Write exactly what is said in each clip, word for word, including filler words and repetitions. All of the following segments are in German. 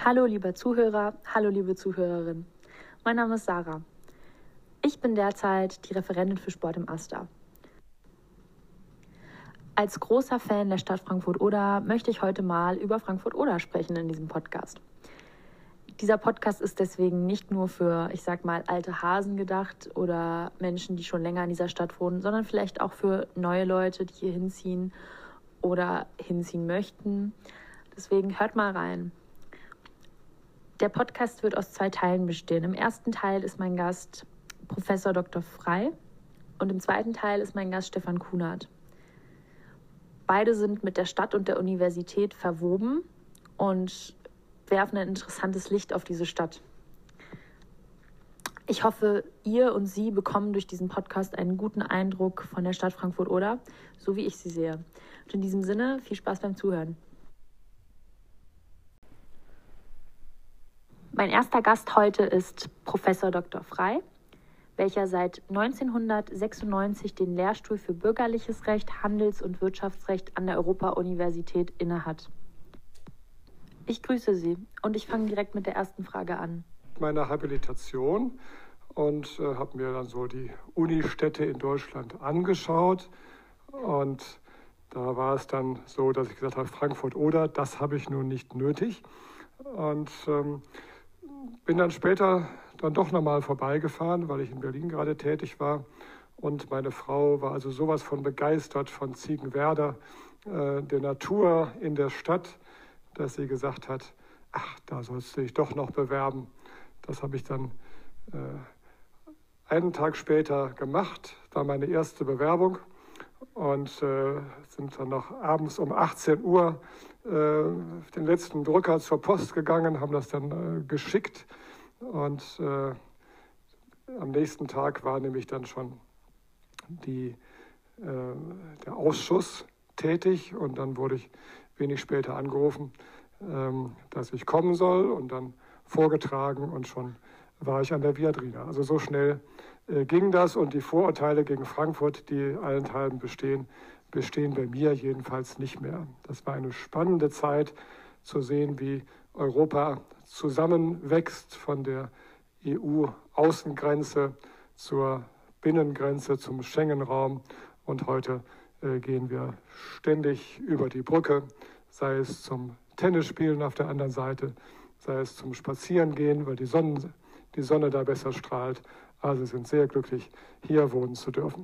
Hallo liebe Zuhörer, hallo liebe Zuhörerin. Mein Name ist Sarah. Ich bin derzeit die Referentin für Sport im AStA. Als großer Fan der Stadt Frankfurt-Oder möchte ich heute mal über Frankfurt-Oder sprechen in diesem Podcast. Dieser Podcast ist deswegen nicht nur für, ich sag mal, alte Hasen gedacht oder Menschen, die schon länger in dieser Stadt wohnen, sondern vielleicht auch für neue Leute, die hier hinziehen oder hinziehen möchten. Deswegen hört mal rein. Der Podcast wird aus zwei Teilen bestehen. Im ersten Teil ist mein Gast Professor Doktor Frei und im zweiten Teil ist mein Gast Stefan Kunert. Beide sind mit der Stadt und der Universität verwoben und werfen ein interessantes Licht auf diese Stadt. Ich hoffe, ihr und Sie bekommen durch diesen Podcast einen guten Eindruck von der Stadt Frankfurt-Oder, so wie ich sie sehe. Und in diesem Sinne, viel Spaß beim Zuhören. Mein erster Gast heute ist Professor Doktor Frei, welcher seit neunzehnhundertsechsundneunzig den Lehrstuhl für Bürgerliches Recht, Handels- und Wirtschaftsrecht an der Europa-Universität innehat. Ich grüße Sie und ich fange direkt mit der ersten Frage an. Meine Habilitation und äh, habe mir dann so die Unistädte in Deutschland angeschaut und da war es dann so, dass ich gesagt habe, Frankfurt-Oder, das habe ich nun nicht nötig und ähm, bin dann später dann doch nochmal vorbeigefahren, weil ich in Berlin gerade tätig war und meine Frau war also sowas von begeistert von Ziegenwerder, äh, der Natur in der Stadt, dass sie gesagt hat, ach, da sollst du dich doch noch bewerben. Das habe ich dann äh, einen Tag später gemacht, war meine erste Bewerbung und äh, sind dann noch abends um achtzehn Uhr äh, den letzten Drucker zur Post gegangen, haben das dann äh, geschickt und äh, am nächsten Tag war nämlich dann schon die, äh, der Ausschuss tätig und dann wurde ich wenig später angerufen, ähm, dass ich kommen soll und dann vorgetragen und schon war ich an der Viadrina. Also so schnell äh, ging das und die Vorurteile gegen Frankfurt, die allenthalben bestehen, bestehen bei mir jedenfalls nicht mehr. Das war eine spannende Zeit zu sehen, wie Europa zusammenwächst von der E U-Außengrenze zur Binnengrenze, zum Schengen-Raum und heute äh, gehen wir ständig über die Brücke, sei es zum Tennisspielen auf der anderen Seite, sei es zum Spazierengehen, weil die Sonne, die Sonne da besser strahlt. Also sind sehr glücklich, hier wohnen zu dürfen.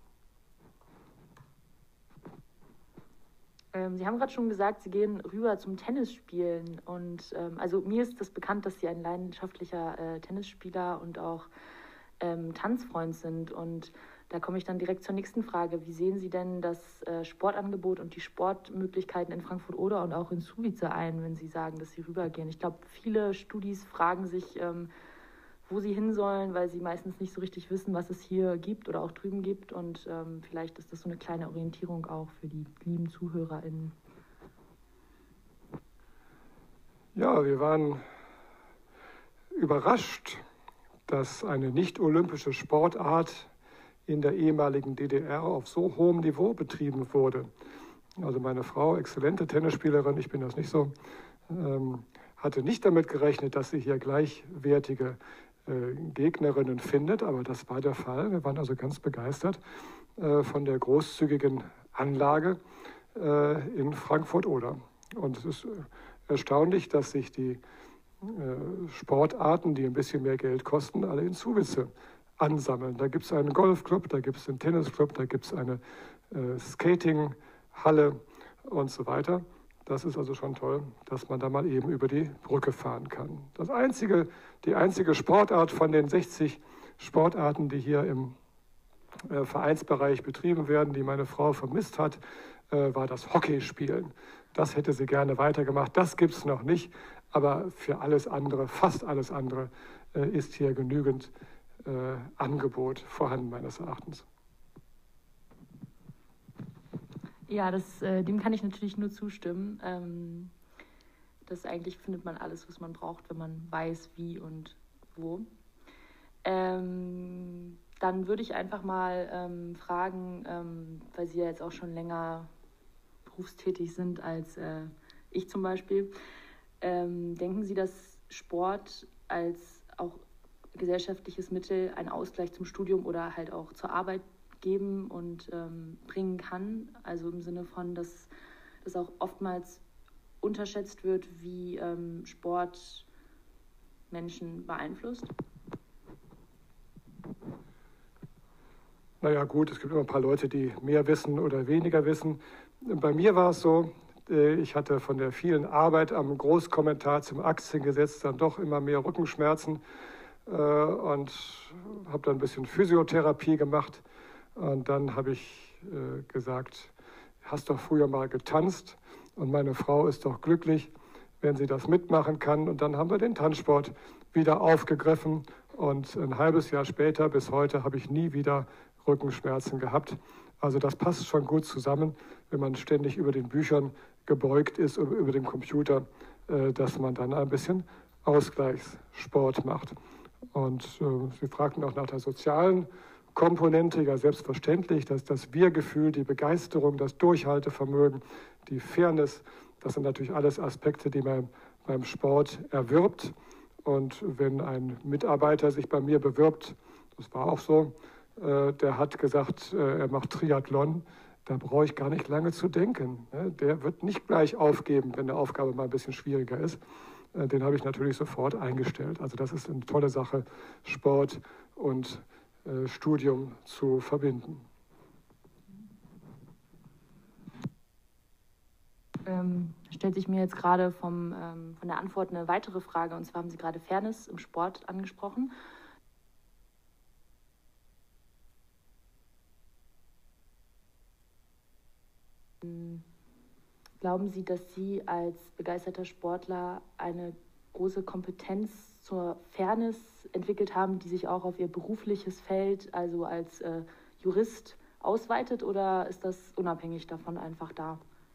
Ähm, Sie haben gerade schon gesagt, Sie gehen rüber zum Tennisspielen. Und ähm, also mir ist das bekannt, dass Sie ein leidenschaftlicher äh, Tennisspieler und auch ähm, Tanzfreund sind. Und da komme ich dann direkt zur nächsten Frage. Wie sehen Sie denn das äh, Sportangebot und die Sportmöglichkeiten in Frankfurt-Oder und auch in Subice ein, wenn Sie sagen, dass Sie rübergehen? Ich glaube, viele Studis fragen sich, ähm, wo sie hin sollen, weil sie meistens nicht so richtig wissen, was es hier gibt oder auch drüben gibt. Und ähm, vielleicht ist das so eine kleine Orientierung auch für die lieben ZuhörerInnen. Ja, wir waren überrascht, dass eine nicht-olympische Sportart in der ehemaligen D D R auf so hohem Niveau betrieben wurde. Also meine Frau, exzellente Tennisspielerin, ich bin das nicht so, ähm, hatte nicht damit gerechnet, dass sie hier gleichwertige äh, Gegnerinnen findet, aber das war der Fall. Wir waren also ganz begeistert äh, von der großzügigen Anlage äh, in Frankfurt-Oder. Und es ist erstaunlich, dass sich die äh, Sportarten, die ein bisschen mehr Geld kosten, alle in Subice ansammeln. Da gibt es einen Golfclub, da gibt es einen Tennisclub, da gibt es eine äh, Skatinghalle und so weiter. Das ist also schon toll, dass man da mal eben über die Brücke fahren kann. Das einzige, die einzige Sportart von den sechzig Sportarten, die hier im äh, Vereinsbereich betrieben werden, die meine Frau vermisst hat, äh, war das Hockeyspielen. Das hätte sie gerne weitergemacht. Das gibt es noch nicht, aber für alles andere, fast alles andere, äh, ist hier genügend Äh, Angebot vorhanden, meines Erachtens. Ja, das, äh, dem kann ich natürlich nur zustimmen. Ähm, das eigentlich findet man alles, was man braucht, wenn man weiß, wie und wo. Ähm, dann würde ich einfach mal ähm, fragen, ähm, weil Sie ja jetzt auch schon länger berufstätig sind als äh, ich zum Beispiel. Ähm, denken Sie, dass Sport als auch gesellschaftliches Mittel einen Ausgleich zum Studium oder halt auch zur Arbeit geben und ähm, bringen kann? Also im Sinne von, dass das auch oftmals unterschätzt wird, wie ähm, Sport Menschen beeinflusst? Naja gut, es gibt immer ein paar Leute, die mehr wissen oder weniger wissen. Bei mir war es so, ich hatte von der vielen Arbeit am Großkommentar zum Aktiengesetz dann doch immer mehr Rückenschmerzen und habe dann ein bisschen Physiotherapie gemacht. Und dann habe ich gesagt, hast doch früher mal getanzt und meine Frau ist doch glücklich, wenn sie das mitmachen kann. Und dann haben wir den Tanzsport wieder aufgegriffen und ein halbes Jahr später bis heute habe ich nie wieder Rückenschmerzen gehabt. Also das passt schon gut zusammen, wenn man ständig über den Büchern gebeugt ist oder über den Computer, dass man dann ein bisschen Ausgleichssport macht. Und äh, Sie fragten auch nach der sozialen Komponente, ja selbstverständlich, dass das Wir-Gefühl, die Begeisterung, das Durchhaltevermögen, die Fairness, das sind natürlich alles Aspekte, die man beim Sport erwirbt. Und wenn ein Mitarbeiter sich bei mir bewirbt, das war auch so, äh, der hat gesagt, äh, er macht Triathlon, da brauche ich gar nicht lange zu denken. Ne? Der wird nicht gleich aufgeben, wenn eine Aufgabe mal ein bisschen schwieriger ist. Äh, den habe ich natürlich sofort eingestellt. Also das ist eine tolle Sache, Sport und äh, Studium zu verbinden. Ähm, stellt sich mir jetzt gerade vom, ähm, von der Antwort eine weitere Frage, und zwar haben Sie gerade Fairness im Sport angesprochen. Glauben Sie, dass Sie als begeisterter Sportler eine große Kompetenz zur Fairness entwickelt haben, die sich auch auf Ihr berufliches Feld, also als äh, Jurist, ausweitet, oder ist das unabhängig davon einfach da?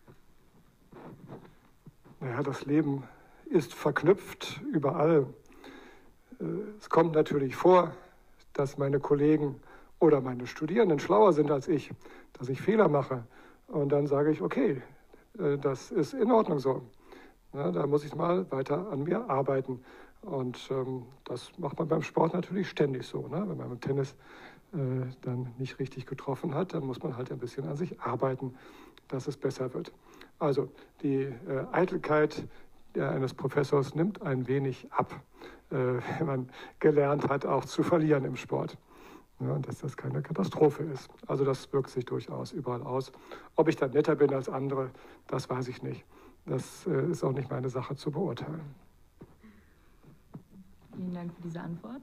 Naja, das Leben ist verknüpft überall. Es kommt natürlich vor, dass meine Kollegen oder meine Studierenden schlauer sind als ich, dass ich Fehler mache. Und dann sage ich, okay, das ist in Ordnung so. Ja, da muss ich mal weiter an mir arbeiten. Und ähm, das macht man beim Sport natürlich ständig so. Ne? Wenn man beim Tennis äh, dann nicht richtig getroffen hat, dann muss man halt ein bisschen an sich arbeiten, dass es besser wird. Also die äh, Eitelkeit eines Professors nimmt ein wenig ab, äh, wenn man gelernt hat, auch zu verlieren im Sport. Ja, und dass das keine Katastrophe ist. Also das wirkt sich durchaus überall aus. Ob ich dann netter bin als andere, das weiß ich nicht. Das äh, ist auch nicht meine Sache zu beurteilen. Vielen Dank für diese Antwort.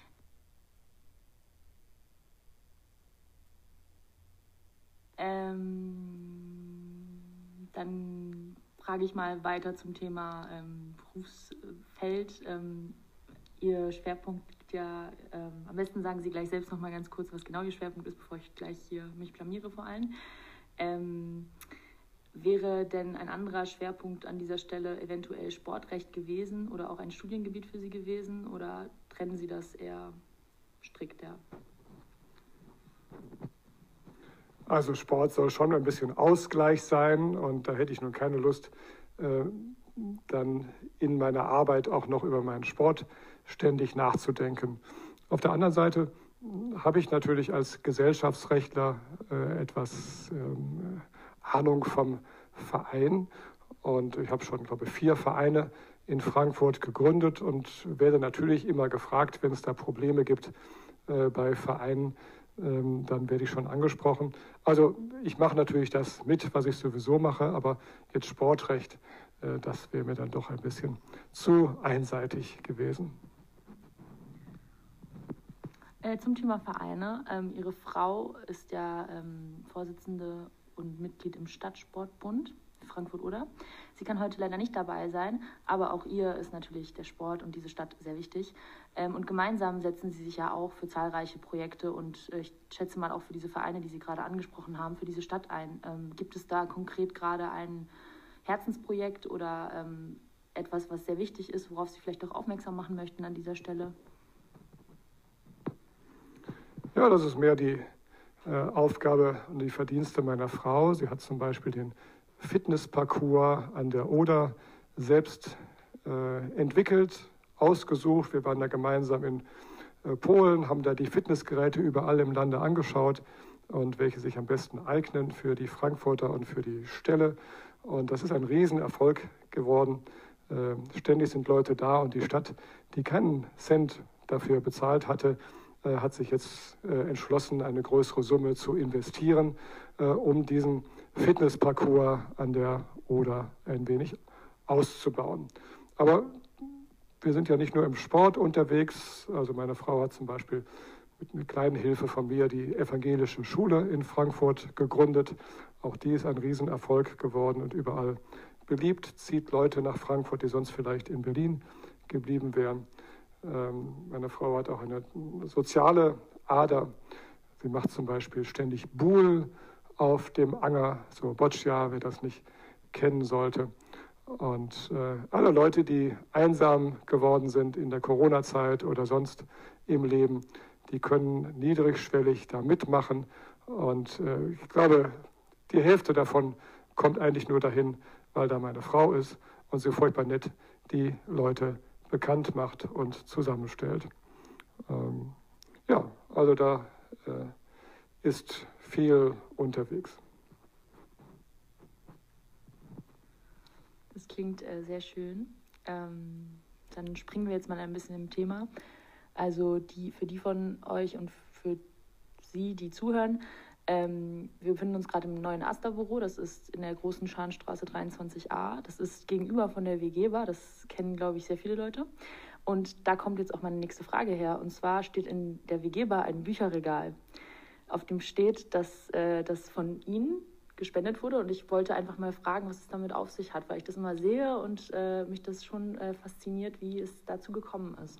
Ähm, dann frage ich mal weiter zum Thema ähm, Berufsfeld. Ähm, Ihr Schwerpunkt liegt ja, ähm, am besten sagen Sie gleich selbst noch mal ganz kurz, was genau Ihr Schwerpunkt ist, bevor ich gleich hier mich blamiere vor allen. Ähm, wäre denn ein anderer Schwerpunkt an dieser Stelle eventuell Sportrecht gewesen oder auch ein Studiengebiet für Sie gewesen, oder trennen Sie das eher strikt, ja? Also Sport soll schon ein bisschen Ausgleich sein und da hätte ich nun keine Lust, äh, dann in meiner Arbeit auch noch über meinen Sport ständig nachzudenken. Auf der anderen Seite habe ich natürlich als Gesellschaftsrechtler äh, etwas ähm, Ahnung vom Verein und ich habe schon, glaube ich, vier Vereine in Frankfurt gegründet und werde natürlich immer gefragt, wenn es da Probleme gibt äh, bei Vereinen, ähm, dann werde ich schon angesprochen. Also ich mache natürlich das mit, was ich sowieso mache, aber jetzt Sportrecht, äh, das wäre mir dann doch ein bisschen zu einseitig gewesen. Äh, zum Thema Vereine. Ähm, Ihre Frau ist ja ähm, Vorsitzende und Mitglied im Stadtsportbund Frankfurt-Oder. Sie kann heute leider nicht dabei sein, aber auch ihr ist natürlich der Sport und diese Stadt sehr wichtig. Ähm, und gemeinsam setzen sie sich ja auch für zahlreiche Projekte und äh, ich schätze mal auch für diese Vereine, die Sie gerade angesprochen haben, für diese Stadt ein. Ähm, gibt es da konkret gerade ein Herzensprojekt oder ähm, etwas, was sehr wichtig ist, worauf Sie vielleicht auch aufmerksam machen möchten an dieser Stelle? Ja, das ist mehr die äh, Aufgabe und die Verdienste meiner Frau. Sie hat zum Beispiel den Fitnessparcours an der Oder selbst äh, entwickelt, ausgesucht. Wir waren da gemeinsam in äh, Polen, haben da die Fitnessgeräte überall im Lande angeschaut und welche sich am besten eignen für die Frankfurter und für die Ställe. Und das ist ein Riesenerfolg geworden. Äh, ständig sind Leute da und die Stadt, die keinen Cent dafür bezahlt hatte, äh, hat sich jetzt äh, entschlossen, eine größere Summe zu investieren, äh, um diesen Fitnessparcours an der Oder ein wenig auszubauen. Aber wir sind ja nicht nur im Sport unterwegs. Also meine Frau hat zum Beispiel mit einer kleinen Hilfe von mir die evangelische Schule in Frankfurt gegründet. Auch die ist ein Riesenerfolg geworden und überall beliebt, zieht Leute nach Frankfurt, die sonst vielleicht in Berlin geblieben wären. Ähm, meine Frau hat auch eine soziale Ader. Sie macht zum Beispiel ständig Buhl auf dem Anger, so Boccia, wer das nicht kennen sollte. Und äh, alle Leute, die einsam geworden sind in der Corona-Zeit oder sonst im Leben, die können niedrigschwellig da mitmachen. Und äh, ich glaube, die Hälfte davon kommt eigentlich nur dahin, weil da meine Frau ist und sie furchtbar nett die Leute bekannt macht und zusammenstellt. Ähm, ja, also da äh, ist viel unterwegs. Das klingt äh, sehr schön. Ähm, dann springen wir jetzt mal ein bisschen im Thema. Also die, für die von euch und für Sie, die zuhören, ähm, wir befinden uns gerade im neuen Asta-Büro. Das ist in der großen Scharnstraße dreiundzwanzig a. Das ist gegenüber von der W G Bar. Das kennen, glaube ich, sehr viele Leute. Und da kommt jetzt auch meine nächste Frage her. Und zwar steht in der W G Bar ein Bücherregal, auf dem steht, dass äh, das von Ihnen gespendet wurde. Und ich wollte einfach mal fragen, was es damit auf sich hat, weil ich das immer sehe und äh, mich das schon äh, fasziniert, wie es dazu gekommen ist.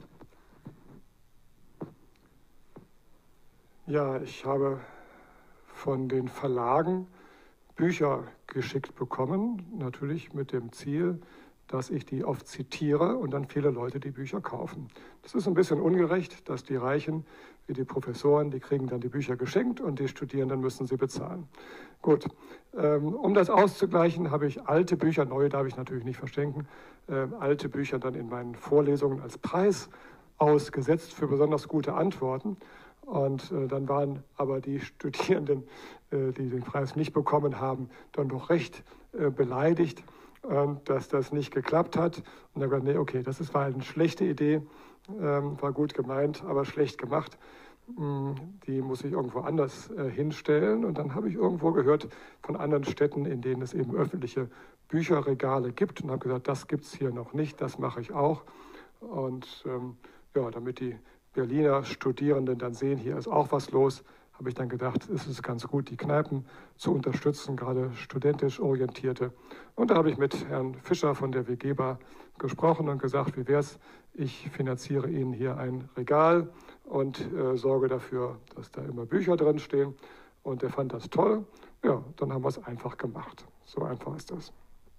Ja, ich habe von den Verlagen Bücher geschickt bekommen, natürlich mit dem Ziel, dass ich die oft zitiere und dann viele Leute die Bücher kaufen. Das ist ein bisschen ungerecht, dass die Reichen, wie die Professoren, die kriegen dann die Bücher geschenkt und die Studierenden müssen sie bezahlen. Gut, ähm, um das auszugleichen, habe ich alte Bücher, neue darf ich natürlich nicht verschenken, äh, alte Bücher dann in meinen Vorlesungen als Preis ausgesetzt für besonders gute Antworten. Und äh, dann waren aber die Studierenden, äh, die den Preis nicht bekommen haben, dann doch recht äh, beleidigt, äh, dass das nicht geklappt hat. Und dann gesagt, nee, okay, das ist, war eine schlechte Idee, äh, war gut gemeint, aber schlecht gemacht. Mh, die muss ich irgendwo anders äh, hinstellen. Und dann habe ich irgendwo gehört von anderen Städten, in denen es eben öffentliche Bücherregale gibt. Und habe gesagt, das gibt es hier noch nicht, das mache ich auch. Und ähm, ja, damit die Berliner Studierenden dann sehen, hier ist auch was los, habe ich dann gedacht, es ist ganz gut, die Kneipen zu unterstützen, gerade studentisch orientierte. Und da habe ich mit Herrn Fischer von der W G Bar gesprochen und gesagt, wie wäre es, ich finanziere Ihnen hier ein Regal und äh, sorge dafür, dass da immer Bücher drin stehen. Und er fand das toll. Ja, dann haben wir es einfach gemacht. So einfach ist das.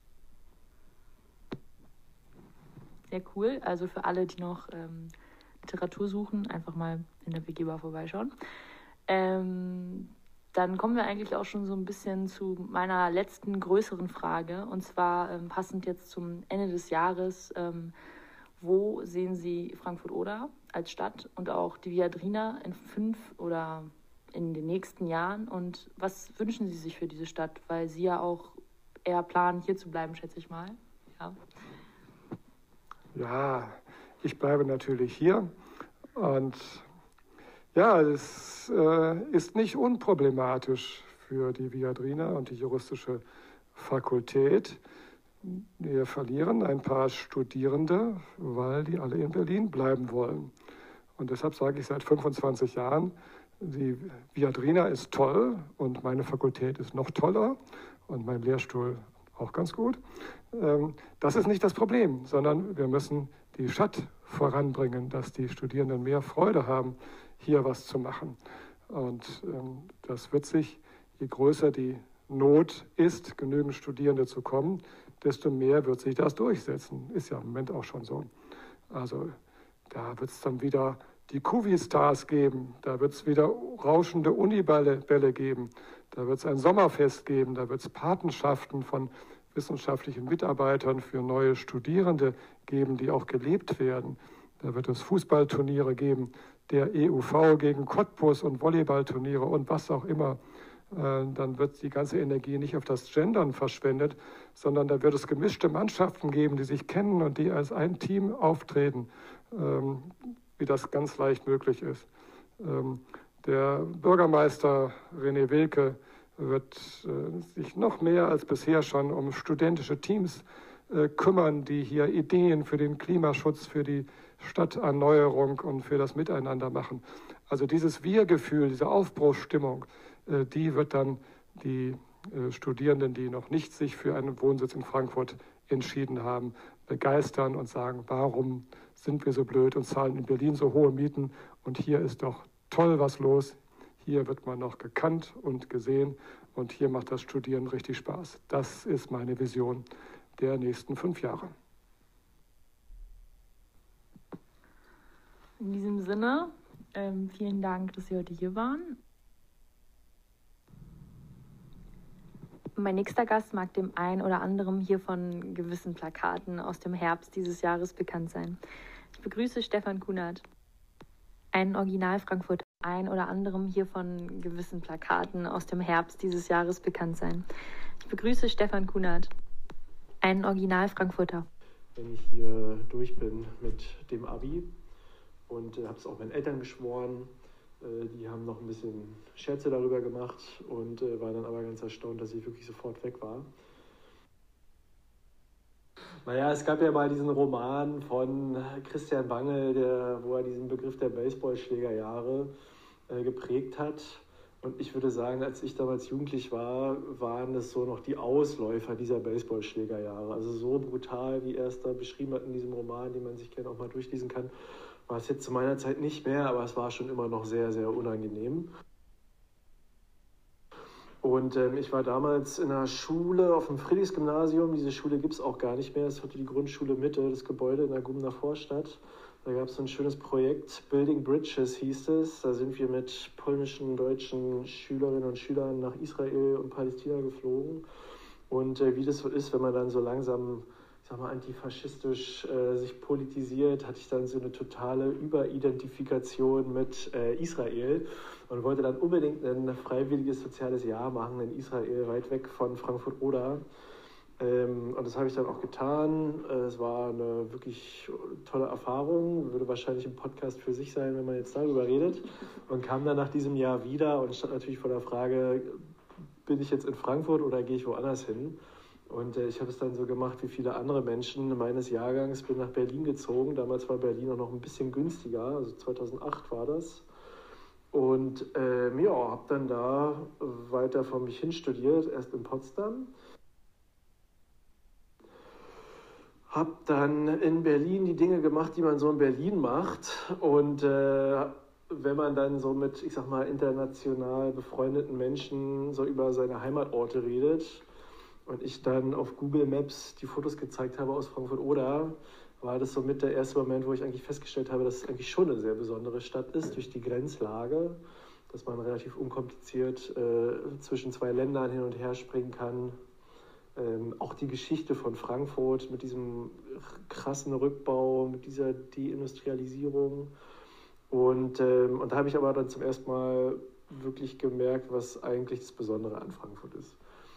Sehr cool. Also für alle, die noch ähm, Literatur suchen, einfach mal in der W G Bar vorbeischauen. Ähm, dann kommen wir eigentlich auch schon so ein bisschen zu meiner letzten größeren Frage. Und zwar ähm, passend jetzt zum Ende des Jahres. Ähm, wo sehen Sie Frankfurt-Oder als Stadt und auch die Viadrina in fünf oder in den nächsten Jahren? Und was wünschen Sie sich für diese Stadt? Weil Sie ja auch eher planen, hier zu bleiben, schätze ich mal. Ja. Ja, ich bleibe natürlich hier und ja, es äh, ist nicht unproblematisch für die Viadrina und die juristische Fakultät. Wir verlieren ein paar Studierende, weil die alle in Berlin bleiben wollen. Und deshalb sage ich seit fünfundzwanzig Jahren, die Viadrina ist toll und meine Fakultät ist noch toller und mein Lehrstuhl auch ganz gut. Das ist nicht das Problem, sondern wir müssen die Stadt voranbringen, dass die Studierenden mehr Freude haben, hier was zu machen. Und das wird sich, je größer die Not ist, genügend Studierende zu kommen, desto mehr wird sich das durchsetzen. Ist ja im Moment auch schon so. Also da wird es dann wieder die Q-V-Stars geben, da wird es wieder rauschende Unibälle Bälle geben, da wird es ein Sommerfest geben, da wird es Patenschaften von wissenschaftlichen Mitarbeitern, für neue Studierende geben, die auch gelebt werden. Da wird es Fußballturniere geben, der E U V gegen Cottbus und Volleyballturniere und was auch immer. Dann wird die ganze Energie nicht auf das Gendern verschwendet, sondern da wird es gemischte Mannschaften geben, die sich kennen und die als ein Team auftreten, wie das ganz leicht möglich ist. Der Bürgermeister René Wilke wird sich noch mehr als bisher schon um studentische Teams kümmern, die hier Ideen für den Klimaschutz, für die Stadterneuerung und für das Miteinander machen. Also dieses Wir-Gefühl, diese Aufbruchsstimmung, die wird dann die Studierenden, die noch nicht sich für einen Wohnsitz in Frankfurt entschieden haben, begeistern und sagen, warum sind wir so blöd und zahlen in Berlin so hohe Mieten und hier ist doch toll was los. Hier wird man noch gekannt und gesehen und hier macht das Studieren richtig Spaß. Das ist meine Vision der nächsten fünf Jahre. In diesem Sinne, ähm, vielen Dank, dass Sie heute hier waren. Mein nächster Gast mag dem einen oder anderen hier von gewissen Plakaten aus dem Herbst dieses Jahres bekannt sein. Ich begrüße Stefan Kunert, einen Original-Frankfurter, ein oder anderem hier von gewissen Plakaten aus dem Herbst dieses Jahres bekannt sein. Ich begrüße Stefan Kunert, einen Original-Frankfurter. Wenn ich hier durch bin mit dem Abi und äh, habe es auch meinen Eltern geschworen, äh, die haben noch ein bisschen Scherze darüber gemacht und äh, war dann aber ganz erstaunt, dass ich wirklich sofort weg war. Naja, es gab ja mal diesen Roman von Christian Wangel, der, wo er diesen Begriff der Baseballschlägerjahre äh, geprägt hat. Und ich würde sagen, als ich damals jugendlich war, waren das so noch die Ausläufer dieser Baseballschlägerjahre. Also so brutal, wie er es da beschrieben hat in diesem Roman, den man sich gerne auch mal durchlesen kann, war es jetzt zu meiner Zeit nicht mehr, aber es war schon immer noch sehr, sehr unangenehm. Und ähm, ich war damals in einer Schule auf dem Friedrichsgymnasium. Diese Schule gibt es auch gar nicht mehr. Es ist heute die Grundschule Mitte, das Gebäude in der Gummener Vorstadt. Da gab es so ein schönes Projekt, Building Bridges hieß es. Da sind wir mit polnischen, deutschen Schülerinnen und Schülern nach Israel und Palästina geflogen. Und äh, wie das so ist, wenn man dann so langsam, ich sag mal, antifaschistisch äh, sich politisiert, hatte ich dann so eine totale Überidentifikation mit äh, Israel und wollte dann unbedingt ein freiwilliges soziales Jahr machen in Israel, weit weg von Frankfurt-Oder. Ähm, und das habe ich dann auch getan. Es war eine wirklich tolle Erfahrung, würde wahrscheinlich ein Podcast für sich sein, wenn man jetzt darüber redet. Und kam dann nach diesem Jahr wieder und stand natürlich vor der Frage, bin ich jetzt in Frankfurt oder gehe ich woanders hin? Und äh, ich habe es dann so gemacht wie viele andere Menschen meines Jahrgangs, bin nach Berlin gezogen. Damals war Berlin auch noch ein bisschen günstiger, also zweitausendacht war das. Und äh, ja, habe dann da weiter vor mich hin studiert, erst in Potsdam. Habe dann in Berlin die Dinge gemacht, die man so in Berlin macht. Und äh, wenn man dann so mit, ich sag mal, international befreundeten Menschen so über seine Heimatorte redet und ich dann auf Google Maps die Fotos gezeigt habe aus Frankfurt-Oder, war das so mit der erste Moment, wo ich eigentlich festgestellt habe, dass es eigentlich schon eine sehr besondere Stadt ist, durch die Grenzlage, dass man relativ unkompliziert äh, zwischen zwei Ländern hin und her springen kann. Ähm, auch die Geschichte von Frankfurt mit diesem krassen Rückbau, mit dieser Deindustrialisierung. Und, ähm, und da habe ich aber dann zum ersten Mal wirklich gemerkt, was eigentlich das Besondere an Frankfurt ist.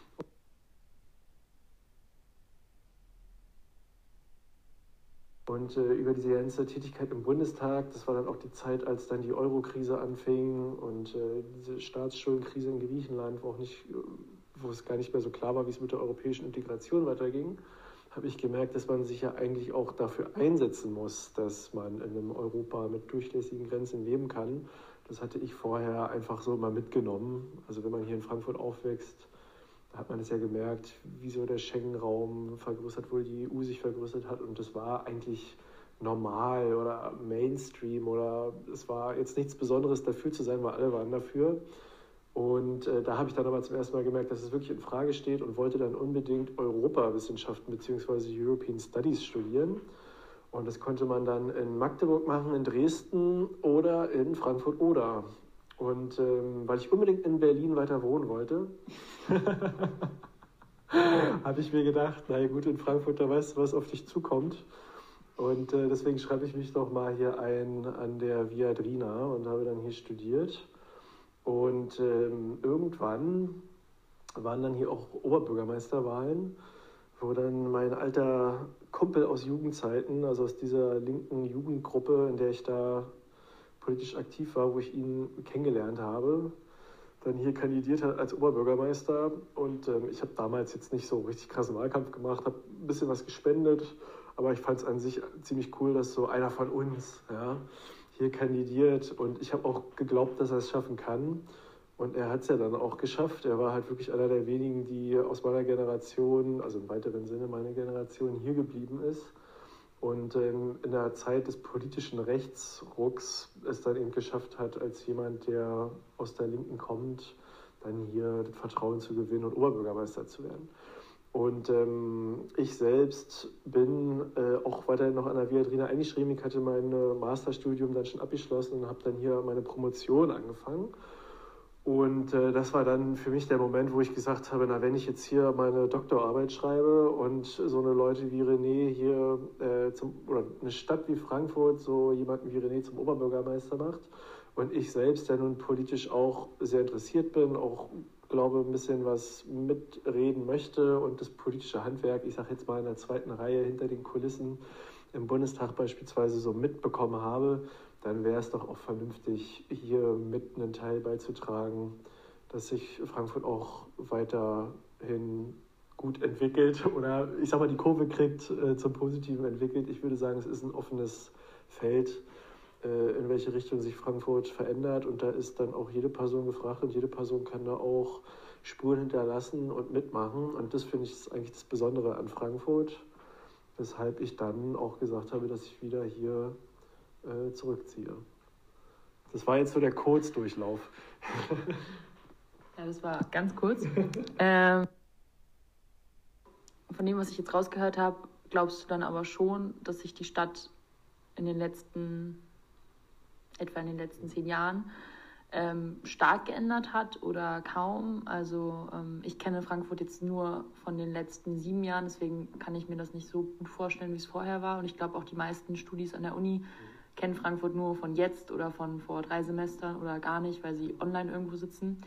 Und äh, über diese ganze Tätigkeit im Bundestag, das war dann auch die Zeit, als dann die Euro-Krise anfing und äh, diese Staatsschuldenkrise in Griechenland, wo auch nicht... wo es gar nicht mehr so klar war, wie es mit der europäischen Integration weiterging, habe ich gemerkt, dass man sich ja eigentlich auch dafür einsetzen muss, dass man in einem Europa mit durchlässigen Grenzen leben kann. Das hatte ich vorher einfach so mal mitgenommen. Also wenn man hier in Frankfurt aufwächst, da hat man es ja gemerkt, wieso der Schengen-Raum vergrößert wurde, die E U sich vergrößert hat. Und das war eigentlich normal oder Mainstream oder es war jetzt nichts Besonderes dafür zu sein, weil alle waren dafür. Und äh, da habe ich dann aber zum ersten Mal gemerkt, dass es wirklich in Frage steht und wollte dann unbedingt Europawissenschaften bzw. European Studies studieren. Und das konnte man dann in Magdeburg machen, in Dresden oder in Frankfurt-Oder. Und ähm, weil ich unbedingt in Berlin weiter wohnen wollte, habe ich mir gedacht, na gut, in Frankfurt, da weißt du, was auf dich zukommt. Und äh, deswegen schreibe ich mich doch mal hier ein an der Viadrina und habe dann hier studiert. Und ähm, irgendwann waren dann hier auch Oberbürgermeisterwahlen, wo dann mein alter Kumpel aus Jugendzeiten, also aus dieser linken Jugendgruppe, in der ich da politisch aktiv war, wo ich ihn kennengelernt habe, dann hier kandidiert hat als Oberbürgermeister. Und ähm, ich habe damals jetzt nicht so richtig krassen Wahlkampf gemacht, habe ein bisschen was gespendet, aber ich fand es an sich ziemlich cool, dass so einer von uns ja, hier kandidiert. Und ich habe auch geglaubt, dass er es schaffen kann. Und er hat es ja dann auch geschafft. Er war halt wirklich einer der wenigen, die aus meiner Generation, also im weiteren Sinne meine Generation, hier geblieben ist. Und ähm, in der Zeit des politischen Rechtsrucks es dann eben geschafft hat, als jemand, der aus der Linken kommt, dann hier das Vertrauen zu gewinnen und Oberbürgermeister zu werden. Und ähm, ich selbst bin äh, auch weiterhin noch an der Viadrina eingeschrieben. Ich hatte mein Masterstudium dann schon abgeschlossen und habe dann hier meine Promotion angefangen. Und äh, das war dann für mich der Moment, wo ich gesagt habe, na, wenn ich jetzt hier meine Doktorarbeit schreibe und so eine Leute wie René hier, äh, zum, oder eine Stadt wie Frankfurt so jemanden wie René zum Oberbürgermeister macht und ich selbst, der nun politisch auch sehr interessiert bin, auch glaube, ein bisschen was mitreden möchte und das politische Handwerk, ich sage jetzt mal in der zweiten Reihe hinter den Kulissen im Bundestag beispielsweise so mitbekommen habe, dann wäre es doch auch vernünftig, hier mit einen Teil beizutragen, dass sich Frankfurt auch weiterhin gut entwickelt oder ich sag mal die Kurve kriegt, äh, zum Positiven entwickelt. Ich würde sagen, es ist ein offenes Feld, äh, in welche Richtung sich Frankfurt verändert und da ist dann auch jede Person gefragt und jede Person kann da auch Spuren hinterlassen und mitmachen und das finde ich ist eigentlich das Besondere an Frankfurt, weshalb ich dann auch gesagt habe, dass ich wieder hier zurückziehe. Das war jetzt so der Kurzdurchlauf. Ja, das war ganz kurz. ähm, von dem, was ich jetzt rausgehört habe, glaubst du dann aber schon, dass sich die Stadt in den letzten, etwa in den letzten zehn Jahren, ähm, stark geändert hat oder kaum? Also ähm, ich kenne Frankfurt jetzt nur von den letzten sieben Jahren, deswegen kann ich mir das nicht so gut vorstellen, wie es vorher war. Und ich glaube auch die meisten Studis an der Uni kennen Frankfurt nur von jetzt oder von vor drei Semestern oder gar nicht, weil sie online irgendwo sitzen.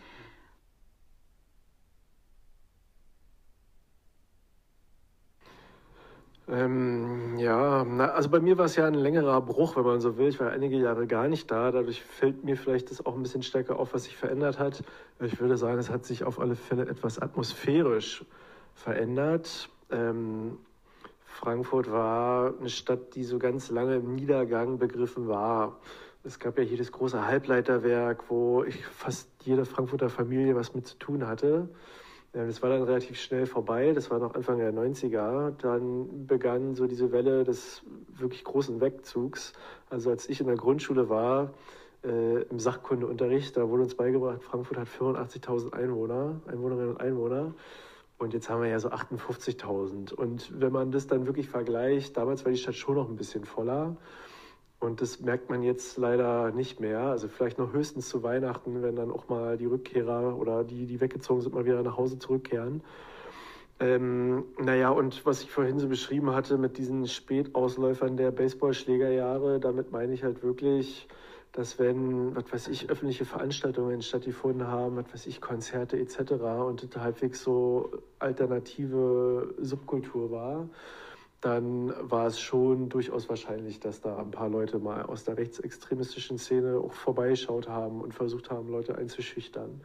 Ähm, ja, na, also bei mir war es ja ein längerer Bruch, wenn man so will. Ich war einige Jahre gar nicht da. Dadurch fällt mir vielleicht das auch ein bisschen stärker auf, was sich verändert hat. Ich würde sagen, es hat sich auf alle Fälle etwas atmosphärisch verändert. Ähm, Frankfurt war eine Stadt, die so ganz lange im Niedergang begriffen war. Es gab ja hier das große Halbleiterwerk, wo ich fast jede Frankfurter Familie was mit zu tun hatte. Das war dann relativ schnell vorbei, das war noch Anfang der neunziger. Dann begann so diese Welle des wirklich großen Wegzugs. Also als ich in der Grundschule war, äh, im Sachkundeunterricht, da wurde uns beigebracht, Frankfurt hat fünfundachtzigtausend Einwohner, Einwohnerinnen und Einwohner. Und jetzt haben wir ja so achtundfünfzigtausend. Und wenn man das dann wirklich vergleicht, damals war die Stadt schon noch ein bisschen voller. Und das merkt man jetzt leider nicht mehr. Also vielleicht noch höchstens zu Weihnachten, wenn dann auch mal die Rückkehrer oder die, die weggezogen sind, mal wieder nach Hause zurückkehren. Ähm, naja, und was ich vorhin so beschrieben hatte mit diesen Spätausläufern der Baseballschlägerjahre, damit meine ich halt wirklich, dass wenn, was weiß ich, öffentliche Veranstaltungen stattgefunden haben, was weiß ich, Konzerte et cetera und das halbwegs so alternative Subkultur war, dann war es schon durchaus wahrscheinlich, dass da ein paar Leute mal aus der rechtsextremistischen Szene auch vorbeigeschaut haben und versucht haben, Leute einzuschüchtern.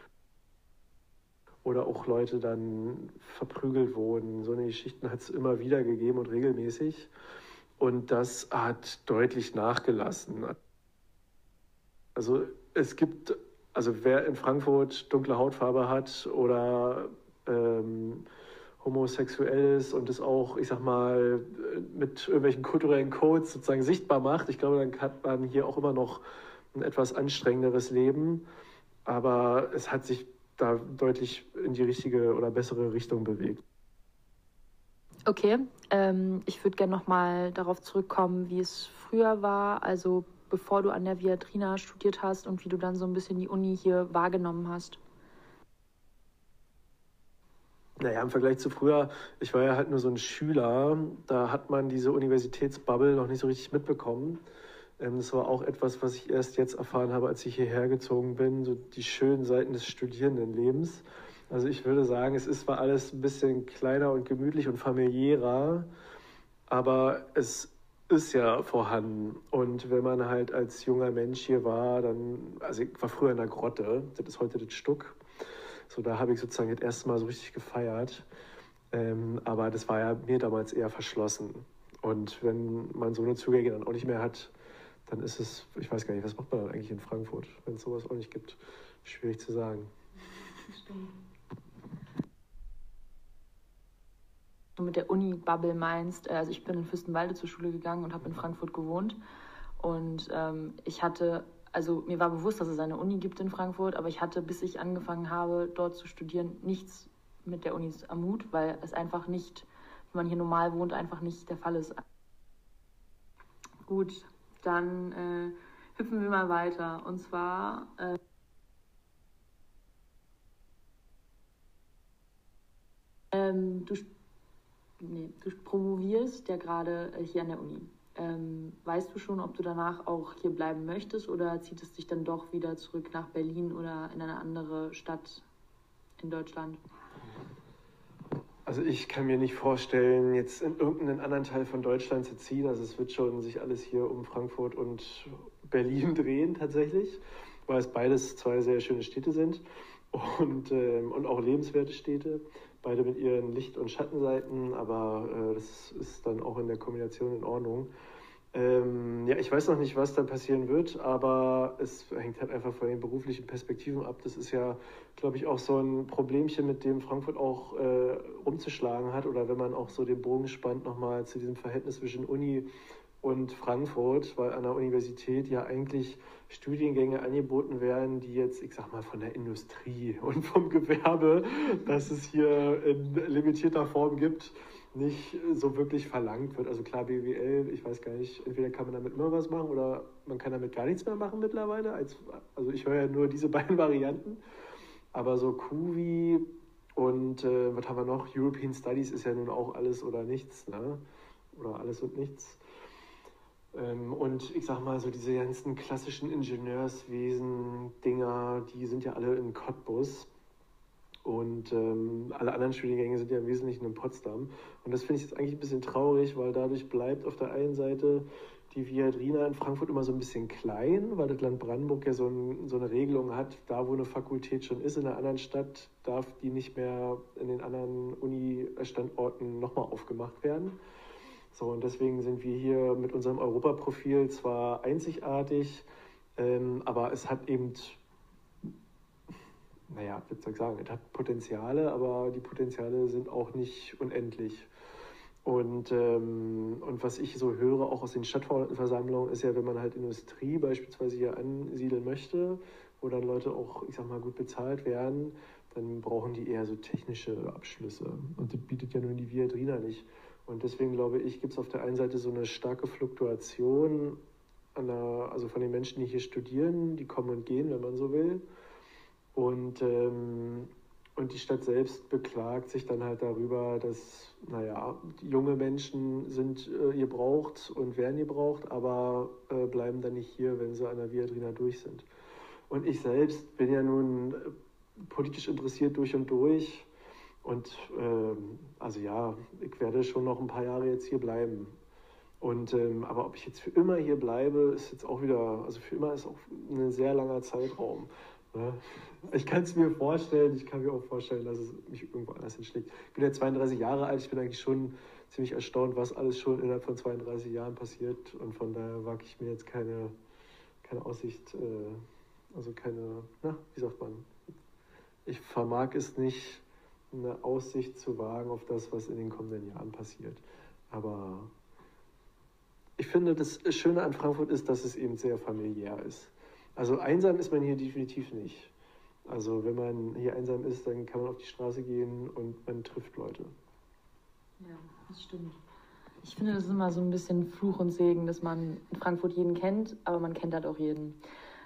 Oder auch Leute dann verprügelt wurden. So eine Geschichten hat es immer wieder gegeben und regelmäßig. Und das hat deutlich nachgelassen. Also es gibt, also wer in Frankfurt dunkle Hautfarbe hat oder ähm, homosexuell ist und es auch, ich sag mal, mit irgendwelchen kulturellen Codes sozusagen sichtbar macht, ich glaube, dann hat man hier auch immer noch ein etwas anstrengenderes Leben. Aber es hat sich da deutlich in die richtige oder bessere Richtung bewegt. Okay, ähm, ich würde gerne nochmal darauf zurückkommen, wie es früher war, also bevor du an der Viadrina studiert hast und wie du dann so ein bisschen die Uni hier wahrgenommen hast. Naja, im Vergleich zu früher, ich war ja halt nur so ein Schüler, da hat man diese Universitätsbubble noch nicht so richtig mitbekommen. Ähm, das war auch etwas, was ich erst jetzt erfahren habe, als ich hierher gezogen bin, so die schönen Seiten des Studierendenlebens. Also ich würde sagen, es ist zwar alles ein bisschen kleiner und gemütlich und familiärer, aber es ist ja vorhanden. Und wenn man halt als junger Mensch hier war, dann, also ich war früher in der Grotte, das ist heute das Stuck. So, da habe ich sozusagen das erste Mal so richtig gefeiert. Ähm, aber das war ja mir damals eher verschlossen. Und wenn man so eine Zugänge dann auch nicht mehr hat, dann ist es, ich weiß gar nicht, was macht man dann eigentlich in Frankfurt, wenn es sowas auch nicht gibt? Schwierig zu sagen. Stimmt. Du mit der Uni-Bubble meinst, also ich bin in Fürstenwalde zur Schule gegangen und habe in Frankfurt gewohnt. Und ähm, ich hatte, also mir war bewusst, dass es eine Uni gibt in Frankfurt, aber ich hatte, bis ich angefangen habe, dort zu studieren, nichts mit der Uni am Hut, weil es einfach nicht, wenn man hier normal wohnt, einfach nicht der Fall ist. Gut, dann äh, hüpfen wir mal weiter. Und zwar... Äh, ähm, du, nee, du promovierst ja gerade äh, hier an der Uni. Ähm, weißt du schon, ob du danach auch hier bleiben möchtest oder zieht es dich dann doch wieder zurück nach Berlin oder in eine andere Stadt in Deutschland? Also ich kann mir nicht vorstellen, jetzt in irgendeinen anderen Teil von Deutschland zu ziehen. Also es wird schon sich alles hier um Frankfurt und Berlin drehen tatsächlich, weil es beides zwei sehr schöne Städte sind und, ähm, und auch lebenswerte Städte. Beide mit ihren Licht- und Schattenseiten, aber äh, das ist dann auch in der Kombination in Ordnung. Ähm, ja, ich weiß noch nicht, was dann passieren wird, aber es hängt halt einfach von den beruflichen Perspektiven ab. Das ist ja, glaube ich, auch so ein Problemchen, mit dem Frankfurt auch äh, umzuschlagen hat. Oder wenn man auch so den Bogen spannt nochmal zu diesem Verhältnis zwischen Uni und Frankfurt, weil an der Universität ja eigentlich Studiengänge angeboten werden, die jetzt, ich sag mal, von der Industrie und vom Gewerbe, das es hier in limitierter Form gibt, nicht so wirklich verlangt wird. Also klar, B W L, ich weiß gar nicht, entweder kann man damit immer was machen oder man kann damit gar nichts mehr machen mittlerweile. Als, also ich höre ja nur diese beiden Varianten. Aber so Q V I und äh, was haben wir noch? European Studies ist ja nun auch alles oder nichts, ne? Oder alles und nichts. Ähm, und ich sag mal, so diese ganzen klassischen Ingenieurswesen-Dinger, die sind ja alle in Cottbus. Und ähm, alle anderen Studiengänge sind ja im Wesentlichen in Potsdam. Und das finde ich jetzt eigentlich ein bisschen traurig, weil dadurch bleibt auf der einen Seite die Viadrina in Frankfurt immer so ein bisschen klein, weil das Land Brandenburg ja so, ein, so eine Regelung hat, da wo eine Fakultät schon ist in einer anderen Stadt, darf die nicht mehr in den anderen Uni-Standorten nochmal aufgemacht werden. So, und deswegen sind wir hier mit unserem Europaprofil zwar einzigartig, ähm, aber es hat eben... Naja, ich würde sagen, es hat Potenziale, aber die Potenziale sind auch nicht unendlich. Und, ähm, und was ich so höre, auch aus den Stadtverordnetenversammlungen, ist ja, wenn man halt Industrie beispielsweise hier ansiedeln möchte, wo dann Leute auch, ich sag mal, gut bezahlt werden, dann brauchen die eher so technische Abschlüsse. Und das bietet ja nun die Viadrina nicht. Und deswegen glaube ich, gibt es auf der einen Seite so eine starke Fluktuation an der, also von den Menschen, die hier studieren, die kommen und gehen, wenn man so will. Und, ähm, und die Stadt selbst beklagt sich dann halt darüber, dass, naja, junge Menschen sind äh, gebraucht und werden gebraucht, aber äh, bleiben dann nicht hier, wenn sie an der Viadrina durch sind. Und ich selbst bin ja nun politisch interessiert durch und durch. Und ähm, also ja, ich werde schon noch ein paar Jahre jetzt hier bleiben. Und, ähm, aber ob ich jetzt für immer hier bleibe, ist jetzt auch wieder, also für immer ist auch ein sehr langer Zeitraum. Ich kann es mir vorstellen, ich kann mir auch vorstellen, dass es mich irgendwo anders hinschlägt. Ich bin ja zweiunddreißig Jahre alt, ich bin eigentlich schon ziemlich erstaunt, was alles schon innerhalb von zweiunddreißig Jahren passiert. Und von daher wage ich mir jetzt keine, keine Aussicht, äh, also keine, na, wie sagt man, ich vermag es nicht, eine Aussicht zu wagen auf das, was in den kommenden Jahren passiert. Aber ich finde, das Schöne an Frankfurt ist, dass es eben sehr familiär ist. Also einsam ist man hier definitiv nicht. Also wenn man hier einsam ist, dann kann man auf die Straße gehen und man trifft Leute. Ja, das stimmt. Ich finde, das ist immer so ein bisschen Fluch und Segen, dass man in Frankfurt jeden kennt, aber man kennt halt auch jeden.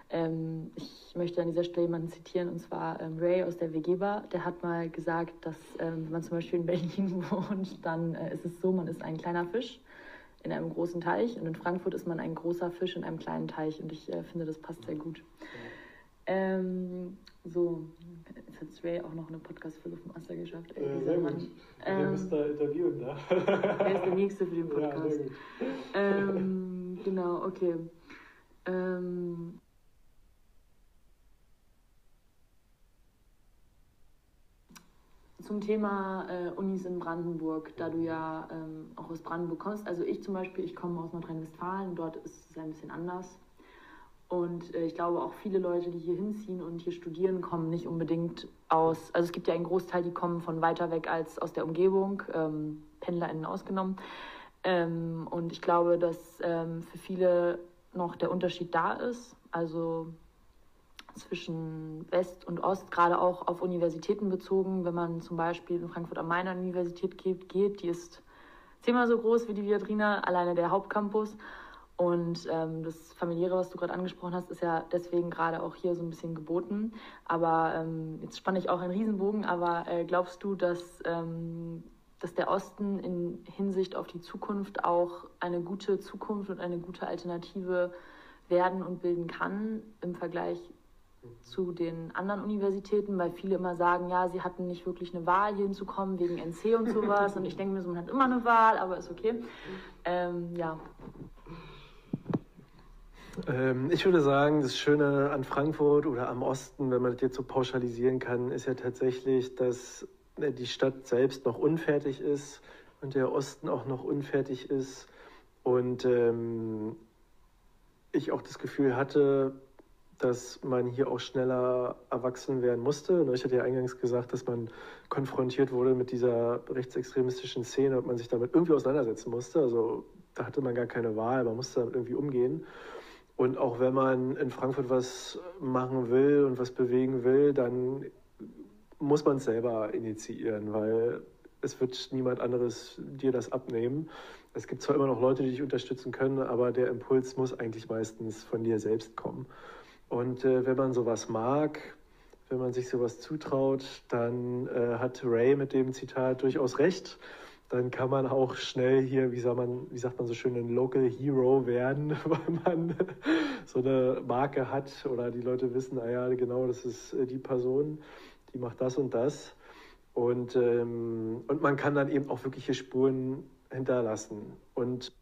Ähm, ich möchte an dieser Stelle jemanden zitieren, und zwar ähm, Ray aus der W G Bar. Der hat mal gesagt, dass ähm, wenn man zum Beispiel in Berlin wohnt, dann äh, ist es so, man ist ein kleiner Fisch in einem großen Teich und in Frankfurt ist man ein großer Fisch in einem kleinen Teich und ich äh, finde, das passt sehr gut. Ähm, so, jetzt hat Ray auch noch eine Podcast-Folge vom Master geschafft. Ey, äh, sehr Mann. gut. Ähm, der müsste da interviewen, ne? Er ist der Nächste für den Podcast. Ja, sehr gut. Ähm, genau, okay. Ähm, Zum Thema äh, Unis in Brandenburg, da du ja ähm, auch aus Brandenburg kommst. Also ich zum Beispiel, ich komme aus Nordrhein-Westfalen, dort ist es ein bisschen anders. Und äh, ich glaube auch viele Leute, die hier hinziehen und hier studieren, kommen nicht unbedingt aus, also es gibt ja einen Großteil, die kommen von weiter weg als aus der Umgebung, ähm, PendlerInnen ausgenommen. Ähm, und ich glaube, dass ähm, für viele noch der Unterschied da ist, also zwischen West und Ost, gerade auch auf Universitäten bezogen. Wenn man zum Beispiel in Frankfurt am Main an die Universität geht, geht, die ist zehnmal so groß wie die Viadrina, alleine der Hauptcampus. Und ähm, das Familiäre, was du gerade angesprochen hast, ist ja deswegen gerade auch hier so ein bisschen geboten. Aber ähm, jetzt spanne ich auch einen Riesenbogen, aber äh, glaubst du, dass, ähm, dass der Osten in Hinsicht auf die Zukunft auch eine gute Zukunft und eine gute Alternative werden und bilden kann im Vergleich zu den anderen Universitäten, weil viele immer sagen, ja, sie hatten nicht wirklich eine Wahl, hier hinzukommen, wegen N C und sowas. Und ich denke mir so, man hat immer eine Wahl, aber ist okay. Ähm, ja. Ähm, ich würde sagen, das Schöne an Frankfurt oder am Osten, wenn man das jetzt so pauschalisieren kann, ist ja tatsächlich, dass die Stadt selbst noch unfertig ist und der Osten auch noch unfertig ist. Und ähm, ich auch das Gefühl hatte, dass man hier auch schneller erwachsen werden musste. Ich hatte ja eingangs gesagt, dass man konfrontiert wurde mit dieser rechtsextremistischen Szene und man sich damit irgendwie auseinandersetzen musste. Also da hatte man gar keine Wahl, man musste damit irgendwie umgehen. Und auch wenn man in Frankfurt was machen will und was bewegen will, dann muss man es selber initiieren, weil es wird niemand anderes dir das abnehmen. Es gibt zwar immer noch Leute, die dich unterstützen können, aber der Impuls muss eigentlich meistens von dir selbst kommen. Und äh, wenn man sowas mag, wenn man sich sowas zutraut, dann äh, hat Ray mit dem Zitat durchaus recht. Dann kann man auch schnell hier, wie sagt man, wie sagt man so schön, ein Local Hero werden, weil man so eine Marke hat oder die Leute wissen, ah ja, genau, das ist die Person, die macht das und das. Und, ähm, und man kann dann eben auch wirkliche Spuren hinterlassen. Und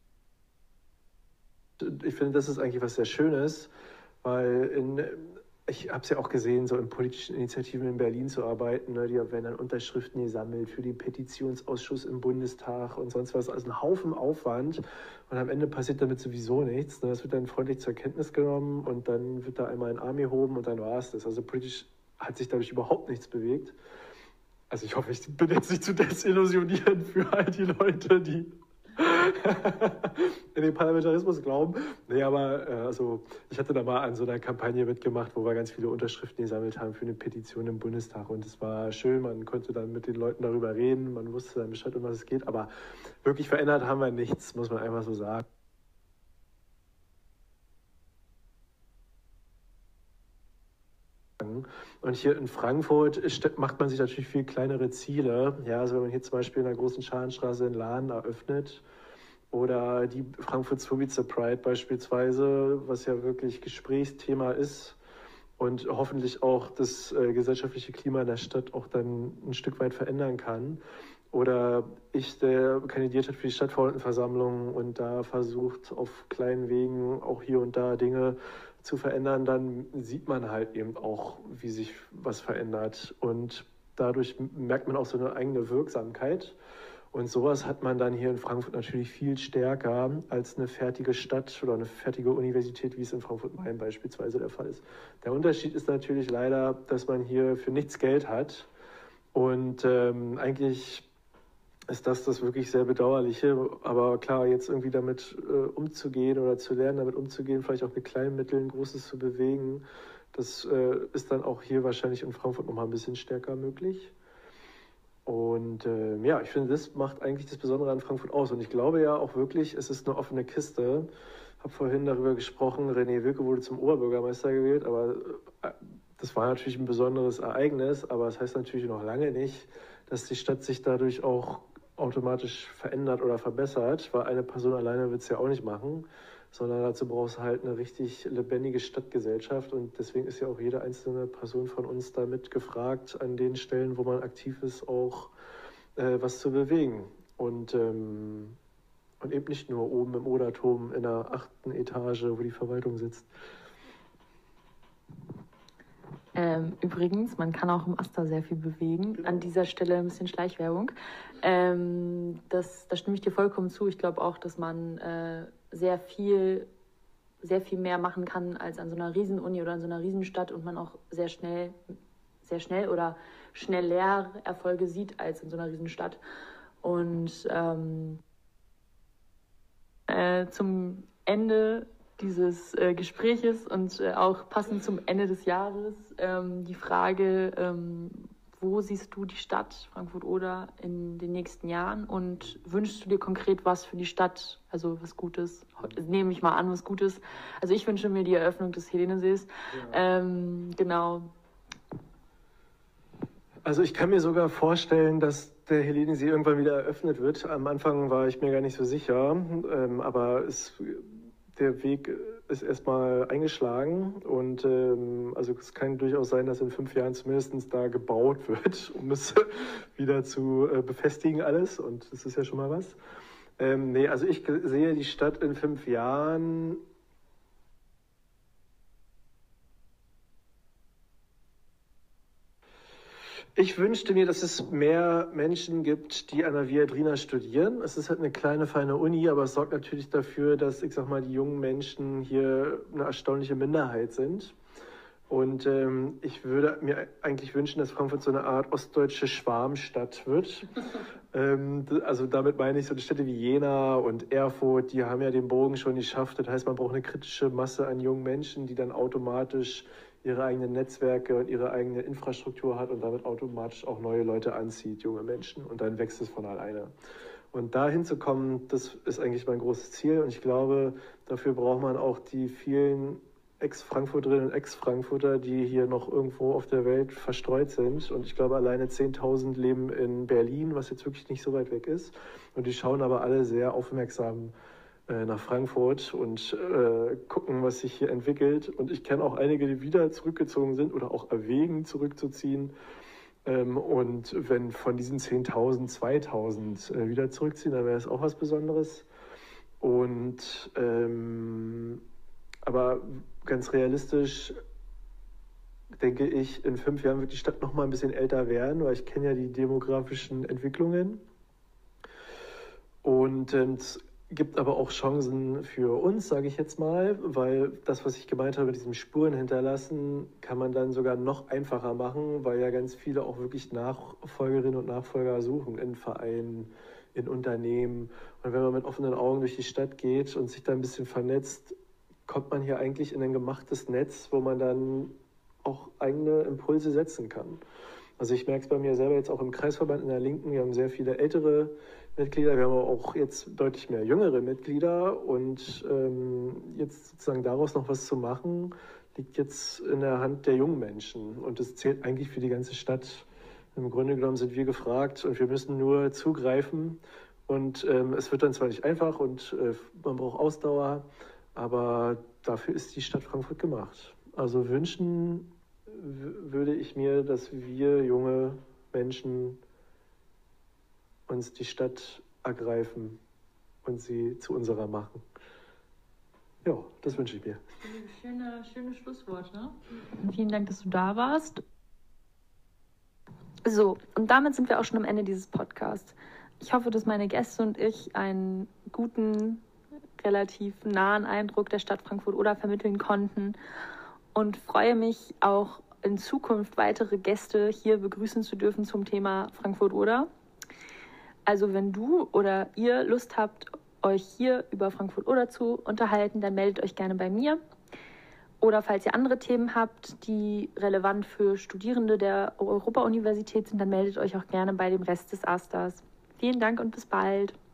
ich finde, das ist eigentlich was sehr Schönes, weil in, ich habe es ja auch gesehen, so in politischen Initiativen in Berlin zu arbeiten, ne, die werden dann Unterschriften gesammelt für den Petitionsausschuss im Bundestag und sonst was, also ein Haufen Aufwand und am Ende passiert damit sowieso nichts. Ne, das wird dann freundlich zur Kenntnis genommen und dann wird da einmal ein Arm gehoben und dann war es das. Also politisch hat sich dadurch überhaupt nichts bewegt. Also ich hoffe, ich bin jetzt nicht zu desillusionieren für all die Leute, die in den Parlamentarismus glauben. Nee, aber äh, also ich hatte da mal an so einer Kampagne mitgemacht, wo wir ganz viele Unterschriften gesammelt haben für eine Petition im Bundestag und es war schön, man konnte dann mit den Leuten darüber reden, man wusste dann Bescheid, um was es geht, aber wirklich verändert haben wir nichts, muss man einfach so sagen. Und hier in Frankfurt macht man sich natürlich viel kleinere Ziele. Ja, also wenn man hier zum Beispiel in der großen Scharenstraße einen Laden eröffnet oder die Frankfurt Swobitzer Pride beispielsweise, was ja wirklich Gesprächsthema ist und hoffentlich auch das äh, gesellschaftliche Klima in der Stadt auch dann ein Stück weit verändern kann. Oder ich, der kandidiert hat für die Stadtverordnetenversammlung und da versucht, auf kleinen Wegen auch hier und da Dinge zu verändern, dann sieht man halt eben auch, wie sich was verändert. Und dadurch merkt man auch so eine eigene Wirksamkeit. Und sowas hat man dann hier in Frankfurt natürlich viel stärker als eine fertige Stadt oder eine fertige Universität, wie es in Frankfurt-Main beispielsweise der Fall ist. Der Unterschied ist natürlich leider, dass man hier für nichts Geld hat. Und ähm, eigentlich ist das das wirklich sehr Bedauerliche. Aber klar, jetzt irgendwie damit äh, umzugehen oder zu lernen, damit umzugehen, vielleicht auch mit kleinen Mitteln Großes zu bewegen, das äh, ist dann auch hier wahrscheinlich in Frankfurt nochmal ein bisschen stärker möglich. Und äh, ja, ich finde, das macht eigentlich das Besondere an Frankfurt aus. Und ich glaube ja auch wirklich, es ist eine offene Kiste. Ich habe vorhin darüber gesprochen, René Wilke wurde zum Oberbürgermeister gewählt, aber äh, das war natürlich ein besonderes Ereignis, aber das heißt natürlich noch lange nicht, dass die Stadt sich dadurch auch automatisch verändert oder verbessert, weil eine Person alleine wird es ja auch nicht machen, sondern dazu brauchst du halt eine richtig lebendige Stadtgesellschaft und deswegen ist ja auch jede einzelne Person von uns damit gefragt, an den Stellen, wo man aktiv ist, auch äh, was zu bewegen. Und, ähm, und eben nicht nur oben im Oderturm in der achten Etage, wo die Verwaltung sitzt. Ähm, übrigens, man kann auch im Aster sehr viel bewegen. Genau. An dieser Stelle ein bisschen Schleichwerbung. Ähm, das, da stimme ich dir vollkommen zu. Ich glaube auch, dass man äh, sehr viel, sehr viel mehr machen kann als an so einer Riesenuni oder an so einer Riesenstadt und man auch sehr schnell, sehr schnell oder schneller Erfolge sieht als in so einer Riesenstadt. Und ähm, äh, zum Ende dieses äh, Gespräches und äh, auch passend zum Ende des Jahres ähm, die Frage, ähm, wo siehst du die Stadt Frankfurt-Oder in den nächsten Jahren und wünschst du dir konkret was für die Stadt, also was Gutes? Nehme ich mal an, was Gutes. Also ich wünsche mir die Eröffnung des Helenesees. Ja. Ähm, genau. Also ich kann mir sogar vorstellen, dass der Helenesee irgendwann wieder eröffnet wird. Am Anfang war ich mir gar nicht so sicher, ähm, aber es... Der Weg ist erstmal eingeschlagen und ähm, also es kann durchaus sein, dass in fünf Jahren zumindest da gebaut wird, um es wieder zu äh, befestigen alles und das ist ja schon mal was. Ähm, nee, also ich sehe die Stadt in fünf Jahren Ich wünschte mir, dass es mehr Menschen gibt, die an der Viadrina studieren. Es ist halt eine kleine, feine Uni, aber es sorgt natürlich dafür, dass, ich sag mal, die jungen Menschen hier eine erstaunliche Minderheit sind. Und ähm, ich würde mir eigentlich wünschen, dass Frankfurt so eine Art ostdeutsche Schwarmstadt wird. ähm, also damit meine ich so eine Städte wie Jena und Erfurt, die haben ja den Bogen schon geschafft. Das heißt, man braucht eine kritische Masse an jungen Menschen, die dann automatisch ihre eigenen Netzwerke und ihre eigene Infrastruktur hat und damit automatisch auch neue Leute anzieht, junge Menschen. Und dann wächst es von alleine. Und da hinzukommen, das ist eigentlich mein großes Ziel. Und ich glaube, dafür braucht man auch die vielen Ex-Frankfurterinnen und Ex-Frankfurter, die hier noch irgendwo auf der Welt verstreut sind. Und ich glaube, alleine zehntausend leben in Berlin, was jetzt wirklich nicht so weit weg ist. Und die schauen aber alle sehr aufmerksam nach Frankfurt und äh, gucken, was sich hier entwickelt. Und ich kenne auch einige, die wieder zurückgezogen sind oder auch erwägen, zurückzuziehen. Ähm, und wenn von diesen zehntausend zweitausend äh, wieder zurückziehen, dann wäre es auch was Besonderes. Und ähm, aber ganz realistisch denke ich, in fünf Jahren wird die Stadt noch mal ein bisschen älter werden, weil ich kenne ja die demografischen Entwicklungen. Und ähm, gibt aber auch Chancen für uns, sage ich jetzt mal, weil das, was ich gemeint habe mit diesem Spuren hinterlassen, kann man dann sogar noch einfacher machen, weil ja ganz viele auch wirklich Nachfolgerinnen und Nachfolger suchen in Vereinen, in Unternehmen. Und wenn man mit offenen Augen durch die Stadt geht und sich da ein bisschen vernetzt, kommt man hier eigentlich in ein gemachtes Netz, wo man dann auch eigene Impulse setzen kann. Also ich merke es bei mir selber jetzt auch im Kreisverband in der Linken, wir haben sehr viele ältere Mitglieder, wir haben aber auch jetzt deutlich mehr jüngere Mitglieder und ähm, jetzt sozusagen daraus noch was zu machen, liegt jetzt in der Hand der jungen Menschen und das zählt eigentlich für die ganze Stadt. Im Grunde genommen sind wir gefragt und wir müssen nur zugreifen und ähm, es wird dann zwar nicht einfach und äh, man braucht Ausdauer, aber dafür ist die Stadt Frankfurt gemacht. Also wünschen w- würde ich mir, dass wir junge Menschen uns die Stadt ergreifen und sie zu unserer machen. Ja, das wünsche ich mir. Schöne, schöne Schlussworte. Ne? Vielen Dank, dass du da warst. So, und damit sind wir auch schon am Ende dieses Podcasts. Ich hoffe, dass meine Gäste und ich einen guten, relativ nahen Eindruck der Stadt Frankfurt-Oder vermitteln konnten und freue mich auch in Zukunft weitere Gäste hier begrüßen zu dürfen zum Thema Frankfurt-Oder. Also wenn du oder ihr Lust habt, euch hier über Frankfurt-Oder zu unterhalten, dann meldet euch gerne bei mir. Oder falls ihr andere Themen habt, die relevant für Studierende der Europa-Universität sind, dann meldet euch auch gerne bei dem Rest des Asters. Vielen Dank und bis bald.